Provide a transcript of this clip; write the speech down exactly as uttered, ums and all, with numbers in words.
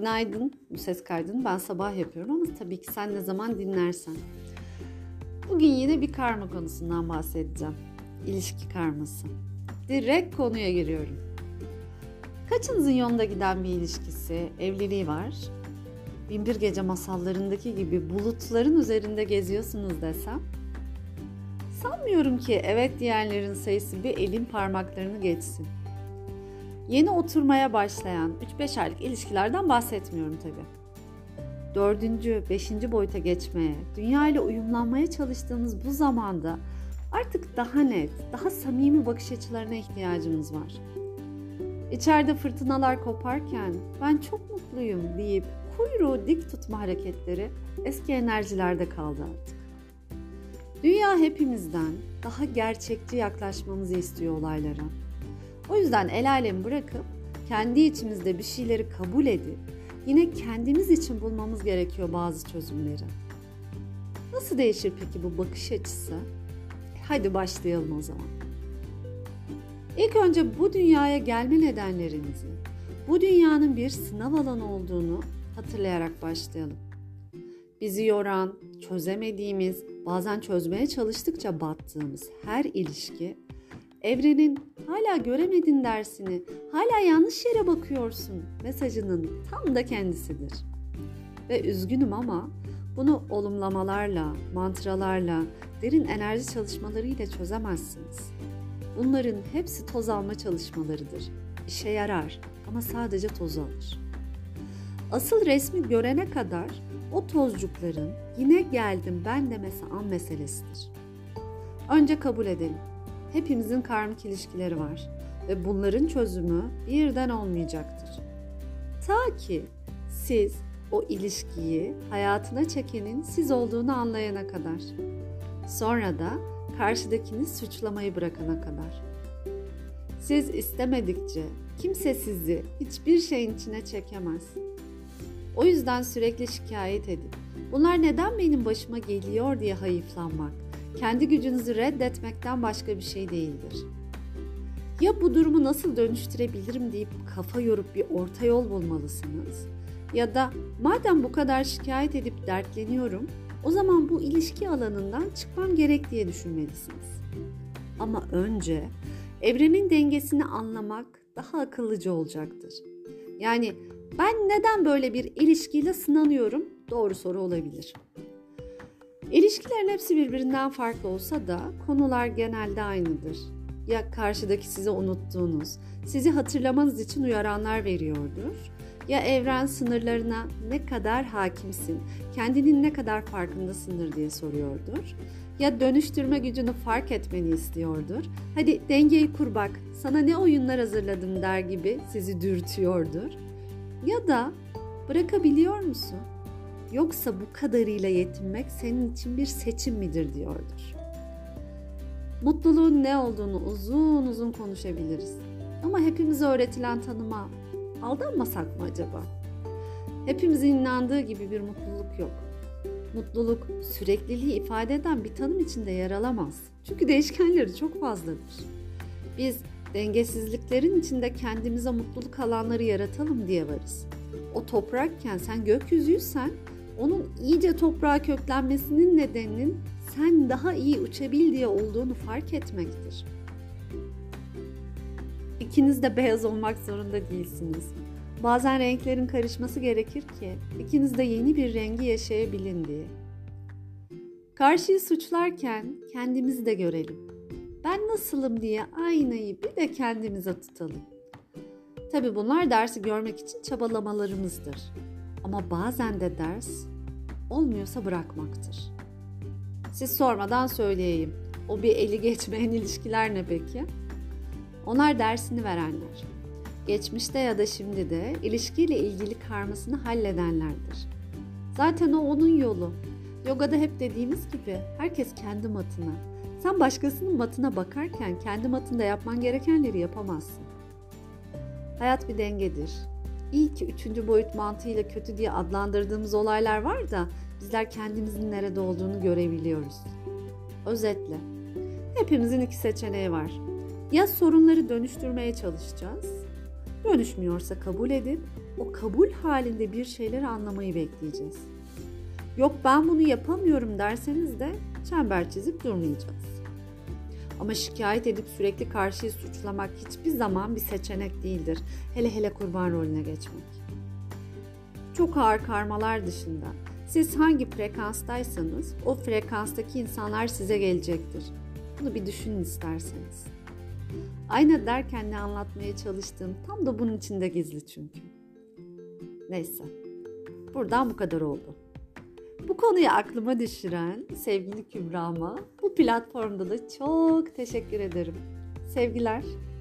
Günaydın. Bu ses kaydını ben sabah yapıyorum ama tabii ki sen ne zaman dinlersen. Bugün yine bir karma konusundan bahsedeceğim. İlişki karması. Direkt konuya giriyorum. Kaçınızın yolunda giden bir ilişkisi, evliliği var? Binbir Gece masallarındaki gibi bulutların üzerinde geziyorsunuz desem? Sanmıyorum ki evet diyenlerin sayısı bir elin parmaklarını geçsin. Yeni oturmaya başlayan üç beş aylık ilişkilerden bahsetmiyorum tabii. Dördüncü, beşinci boyuta geçmeye, dünya ile uyumlanmaya çalıştığımız bu zamanda artık daha net, daha samimi bakış açılarına ihtiyacımız var. İçeride fırtınalar koparken ben çok mutluyum deyip kuyruğu dik tutma hareketleri eski enerjilerde kaldı artık. Dünya hepimizden daha gerçekçi yaklaşmamızı istiyor olaylara. O yüzden el alemi bırakıp kendi içimizde bir şeyleri kabul edip yine kendimiz için bulmamız gerekiyor bazı çözümleri. Nasıl değişir peki bu bakış açısı? Hadi başlayalım o zaman. İlk önce bu dünyaya gelme nedenlerinizi, bu dünyanın bir sınav alanı olduğunu hatırlayarak başlayalım. Bizi yoran, çözemediğimiz, bazen çözmeye çalıştıkça battığımız her ilişki, evrenin hala göremedin dersini, hala yanlış yere bakıyorsun mesajının tam da kendisidir. Ve üzgünüm ama bunu olumlamalarla, mantralarla, derin enerji çalışmalarıyla çözemezsiniz. Bunların hepsi toz alma çalışmalarıdır. İşe yarar ama sadece toz alır. Asıl resmi görene kadar o tozcukların yine geldim ben demesi an meselesidir. Önce kabul edelim. Hepimizin karmik ilişkileri var ve bunların çözümü birden olmayacaktır. Ta ki siz o ilişkiyi hayatına çekenin siz olduğunu anlayana kadar. Sonra da karşıdakini suçlamayı bırakana kadar. Siz istemedikçe kimse sizi hiçbir şeyin içine çekemez. O yüzden sürekli şikayet edip bunlar neden benim başıma geliyor diye hayıflanmak, kendi gücünüzü reddetmekten başka bir şey değildir. Ya bu durumu nasıl dönüştürebilirim deyip kafa yorup bir orta yol bulmalısınız. Ya da madem bu kadar şikayet edip dertleniyorum, o zaman bu ilişki alanından çıkmam gerek diye düşünmelisiniz. Ama önce evrenin dengesini anlamak daha akıllıca olacaktır. Yani ben neden böyle bir ilişkiyle sınanıyorum? Doğru soru olabilir. İlişkilerin hepsi birbirinden farklı olsa da konular genelde aynıdır. Ya karşıdaki sizi unuttuğunuz, sizi hatırlamanız için uyaranlar veriyordur. Ya evren sınırlarına ne kadar hakimsin, kendinin ne kadar farkındasındır diye soruyordur. Ya dönüştürme gücünü fark etmeni istiyordur. Hadi dengeyi kur bak, sana ne oyunlar hazırladım der gibi sizi dürtüyordur. Ya da bırakabiliyor musun? Yoksa bu kadarıyla yetinmek senin için bir seçim midir diyordur. Mutluluğun ne olduğunu uzun uzun konuşabiliriz. Ama hepimize öğretilen tanıma aldanmasak mı acaba? Hepimizin inandığı gibi bir mutluluk yok. Mutluluk sürekliliği ifade eden bir tanım içinde yer alamaz. Çünkü değişkenleri çok fazladır. Biz dengesizliklerin içinde kendimize mutluluk alanları yaratalım diye varız. O toprakken sen gökyüzüysen onun iyice toprağa köklenmesinin nedeninin sen daha iyi uçabil diye olduğunu fark etmektir. İkiniz de beyaz olmak zorunda değilsiniz. Bazen renklerin karışması gerekir ki ikiniz de yeni bir rengi yaşayabilin diye. Karşıyı suçlarken kendimizi de görelim. Ben nasılım diye aynayı bir de kendimize tutalım. Tabii bunlar dersi görmek için çabalamalarımızdır. Ama bazen de ders olmuyorsa bırakmaktır. Siz sormadan söyleyeyim. O bir eli geçmeyen ilişkiler ne peki? Onlar dersini verenler. Geçmişte ya da şimdi de ilişkiyle ilgili karmasını halledenlerdir. Zaten o onun yolu. Yogada hep dediğimiz gibi herkes kendi matına. Sen başkasının matına bakarken kendi matında yapman gerekenleri yapamazsın. Hayat bir dengedir. İyi ki üçüncü boyut mantığıyla kötü diye adlandırdığımız olaylar var da bizler kendimizin nerede olduğunu görebiliyoruz. Özetle, hepimizin iki seçeneği var. Ya sorunları dönüştürmeye çalışacağız, dönüşmüyorsa kabul edip o kabul halinde bir şeyleri anlamayı bekleyeceğiz. Yok ben bunu yapamıyorum derseniz de çember çizip durmayacağız. Ama şikayet edip sürekli karşıyı suçlamak hiçbir zaman bir seçenek değildir. Hele hele kurban rolüne geçmek. Çok ağır karmalar dışında siz hangi frekanstaysanız o frekanstaki insanlar size gelecektir. Bunu bir düşünün isterseniz. Ayna derken ne anlatmaya çalıştığım tam da bunun içinde gizli çünkü. Neyse, buradan bu kadar oldu. Bu konuyu aklıma düşüren sevgili Kübra'ma bu platformda da çok teşekkür ederim. Sevgiler.